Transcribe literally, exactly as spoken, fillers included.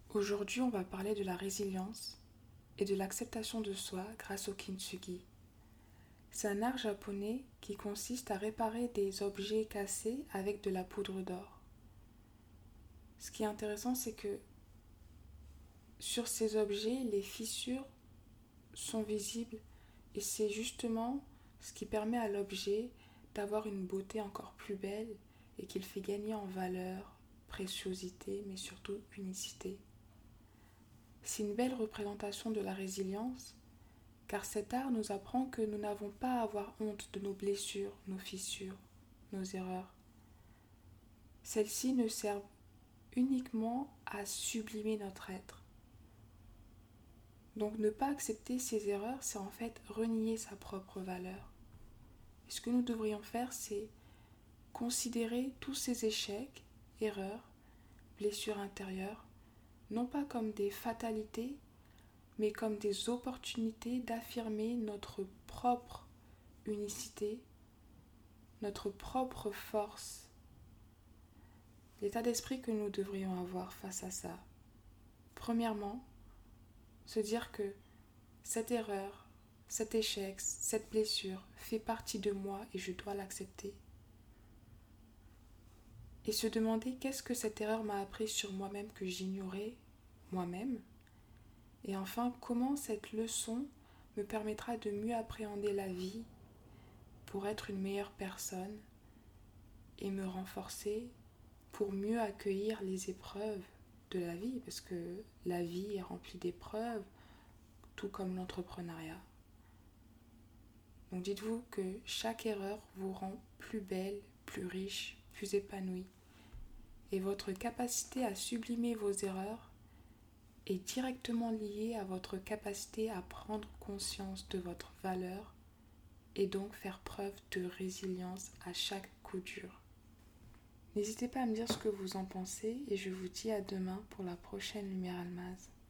Aujourd'hui, on va parler de la résilience et de l'acceptation de soi grâce au kintsugi. C'est un art japonais qui consiste à réparer des objets cassés avec de la poudre d'or. Ce qui est intéressant, c'est que sur ces objets, les fissures sont visibles et c'est justement ce qui permet à l'objet d'avoir une beauté encore plus belle et qu'il fait gagner en valeur, préciosité, mais surtout unicité. C'est une belle représentation de la résilience, car cet art nous apprend que nous n'avons pas à avoir honte de nos blessures, nos fissures, nos erreurs. Celles-ci ne servent uniquement à sublimer notre être. Donc ne pas accepter ces erreurs, c'est en fait renier sa propre valeur. Et ce que nous devrions faire, c'est considérer tous ces échecs, erreurs, blessures intérieures, non pas comme des fatalités, mais comme des opportunités d'affirmer notre propre unicité, notre propre force, l'état d'esprit que nous devrions avoir face à ça. Premièrement, se dire que cette erreur, cet échec, cette blessure fait partie de moi et je dois l'accepter. Et se demander qu'est-ce que cette erreur m'a appris sur moi-même que j'ignorais moi-même. Et enfin, comment cette leçon me permettra de mieux appréhender la vie pour être une meilleure personne et me renforcer pour mieux accueillir les épreuves de la vie, parce que la vie est remplie d'épreuves, tout comme l'entrepreneuriat. Donc dites-vous que chaque erreur vous rend plus belle, plus riche, plus épanouie. Et votre capacité à sublimer vos erreurs est directement liée à votre capacité à prendre conscience de votre valeur et donc faire preuve de résilience à chaque coup dur. N'hésitez pas à me dire ce que vous en pensez et je vous dis à demain pour la prochaine Lumière Almaz.